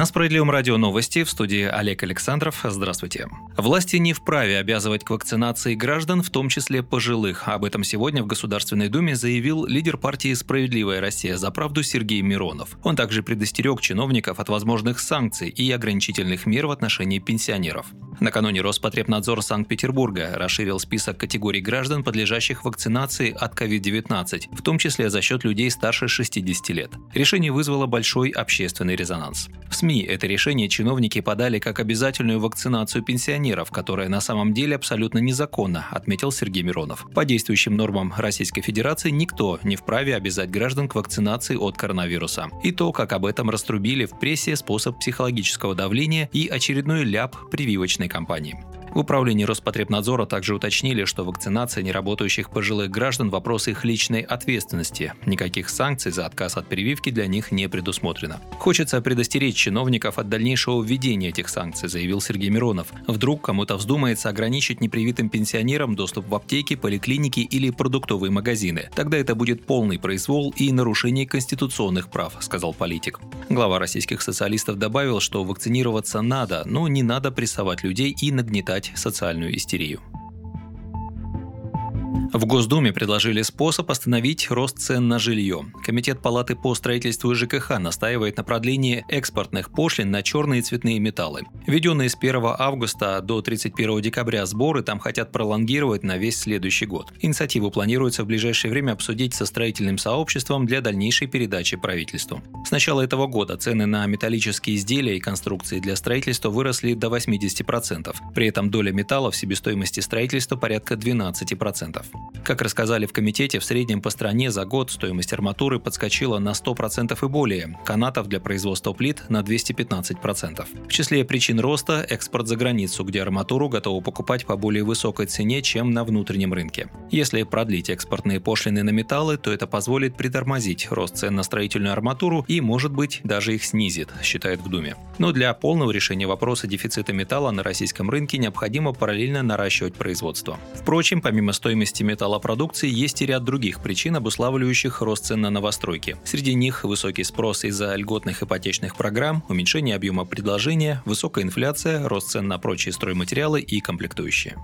На Справедливом радио новости, в студии Олег Александров. Здравствуйте. Власти не вправе обязывать к вакцинации граждан, в том числе пожилых. Об этом сегодня в Государственной Думе заявил лидер партии «Справедливая Россия за правду» Сергей Миронов. Он также предостерег чиновников от возможных санкций и ограничительных мер в отношении пенсионеров. Накануне Роспотребнадзор Санкт-Петербурга расширил список категорий граждан, подлежащих вакцинации от COVID-19, в том числе за счет людей старше 60 лет. Решение вызвало большой общественный резонанс. В СМИ это решение чиновники подали как обязательную вакцинацию пенсионеров, которая на самом деле абсолютно незаконна, отметил Сергей Миронов. По действующим нормам Российской Федерации никто не вправе обязать граждан к вакцинации от коронавируса. И то, как об этом раструбили в прессе, способ психологического давления и очередной ляп прививочной кампании. В управлении Роспотребнадзора также уточнили, что вакцинация неработающих пожилых граждан – вопрос их личной ответственности. Никаких санкций за отказ от прививки для них не предусмотрено. Хочется предостеречь чиновников от дальнейшего введения этих санкций, заявил Сергей Миронов. Вдруг кому-то вздумается ограничить непривитым пенсионерам доступ в аптеки, поликлиники или продуктовые магазины. Тогда это будет полный произвол и нарушение конституционных прав, сказал политик. Глава российских социалистов добавил, что вакцинироваться надо, но не надо прессовать людей и нагнетать социальную истерию. В Госдуме предложили способ остановить рост цен на жилье. Комитет Палаты по строительству и ЖКХ настаивает на продлении экспортных пошлин на черные и цветные металлы. Введенные с 1 августа до 31 декабря сборы там хотят пролонгировать на весь следующий год. Инициативу планируется в ближайшее время обсудить со строительным сообществом для дальнейшей передачи правительству. С начала этого года цены на металлические изделия и конструкции для строительства выросли до 80%. При этом доля металла в себестоимости строительства порядка 12%. Как рассказали в комитете, в среднем по стране за год стоимость арматуры подскочила на 100% и более, канатов для производства плит на 215%. В числе причин роста – экспорт за границу, где арматуру готовы покупать по более высокой цене, чем на внутреннем рынке. Если продлить экспортные пошлины на металлы, то это позволит притормозить рост цен на строительную арматуру и, может быть, даже их снизит, считают в Думе. Но для полного решения вопроса дефицита металла на российском рынке необходимо параллельно наращивать производство. Впрочем, помимо стоимости металлопродукции есть и ряд других причин, обуславливающих рост цен на новостройки. Среди них высокий спрос из-за льготных ипотечных программ, уменьшение объема предложения, высокая инфляция, рост цен на прочие стройматериалы и комплектующие.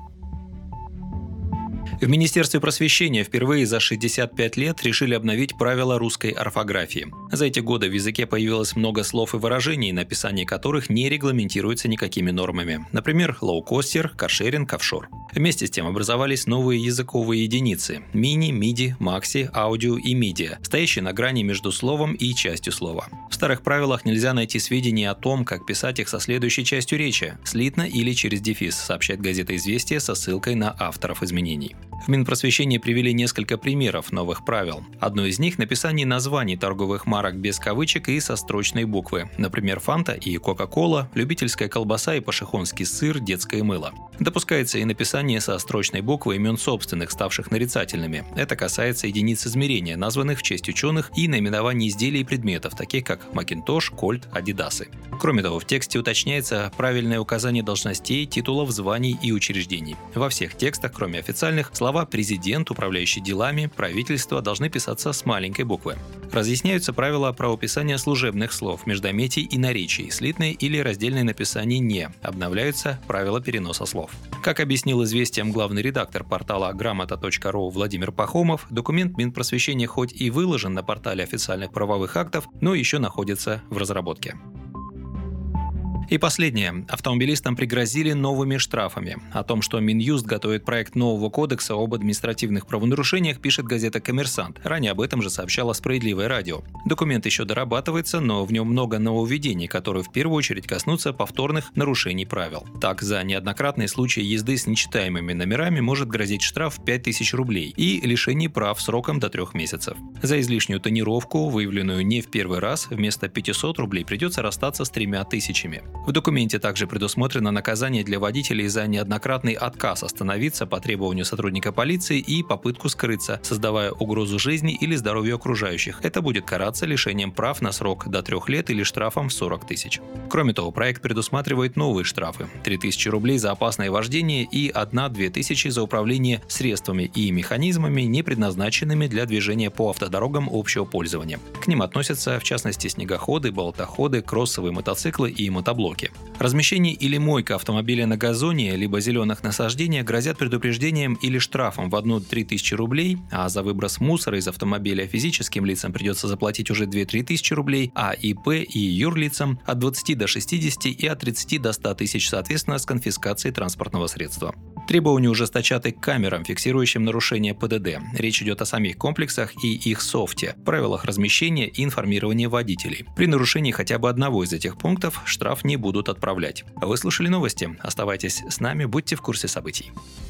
В Министерстве просвещения впервые за 65 лет решили обновить правила русской орфографии. За эти годы в языке появилось много слов и выражений, написание которых не регламентируется никакими нормами. Например, лоукостер, каршеринг, офшор. Вместе с тем образовались новые языковые единицы – мини, миди, макси, аудио и медиа, стоящие на грани между словом и частью слова. В старых правилах нельзя найти сведения о том, как писать их со следующей частью речи – слитно или через дефис, сообщает газета «Известия» со ссылкой на авторов изменений. В Минпросвещении привели несколько примеров новых правил. Одно из них – написание названий торговых марок без кавычек и со строчной буквы. Например, «Фанта» и «Кока-кола», «Любительская колбаса» и «Пашихонский сыр», «Детское мыло». Допускается и написание со строчной буквы имен собственных, ставших нарицательными. Это касается единиц измерения, названных в честь ученых, и наименований изделий и предметов, таких как Макинтош, Кольт, Адидасы. Кроме того, в тексте уточняется правильное указание должностей, титулов, званий и учреждений. Во всех текстах, кроме официальных, слова «президент», «управляющий делами», «правительство» должны писаться с маленькой буквы. Разъясняются правила правописания служебных слов, междометий и наречий, слитное или раздельное написание «не». Обновляются правила переноса слов. Как объяснил «Известиям» главный редактор портала грамота.ру Владимир Пахомов, документ Минпросвещения хоть и выложен на портале официальных правовых актов, но еще находится в разработке. И последнее. Автомобилистам пригрозили новыми штрафами. О том, что Минюст готовит проект нового кодекса об административных правонарушениях, пишет газета «Коммерсант». Ранее об этом же сообщало «Справедливое радио». Документ еще дорабатывается, но в нем много нововведений, которые в первую очередь коснутся повторных нарушений правил. Так, за неоднократные случаи езды с нечитаемыми номерами может грозить штраф 5000 рублей и лишение прав сроком до 3 месяцев. За излишнюю тонировку, выявленную не в первый раз, вместо 500 рублей придется расстаться с 3000. В документе также предусмотрено наказание для водителей за неоднократный отказ остановиться по требованию сотрудника полиции и попытку скрыться, создавая угрозу жизни или здоровью окружающих. Это будет караться лишением прав на срок до 3 лет или штрафом в 40 тысяч. Кроме того, проект предусматривает новые штрафы – 3000 рублей за опасное вождение и 1-2 тысячи за управление средствами и механизмами, не предназначенными для движения по автодорогам общего пользования. К ним относятся, в частности, снегоходы, болотоходы, кроссовые мотоциклы и мотоблоки. Размещение или мойка автомобиля на газоне либо зеленых насаждениях грозят предупреждением или штрафом в 1-3 тысячи рублей, а за выброс мусора из автомобиля физическим лицам придется заплатить уже 2-3 тысячи рублей, а ИП и юрлицам от 20 до 60 и от 30 до 100 тысяч, соответственно, с конфискацией транспортного средства. Требования ужесточат и к камерам, фиксирующим нарушения ПДД. Речь идет о самих комплексах и их софте, правилах размещения и информирования водителей. При нарушении хотя бы одного из этих пунктов штраф не будут отправлять. Вы слушали новости. Оставайтесь с нами, будьте в курсе событий.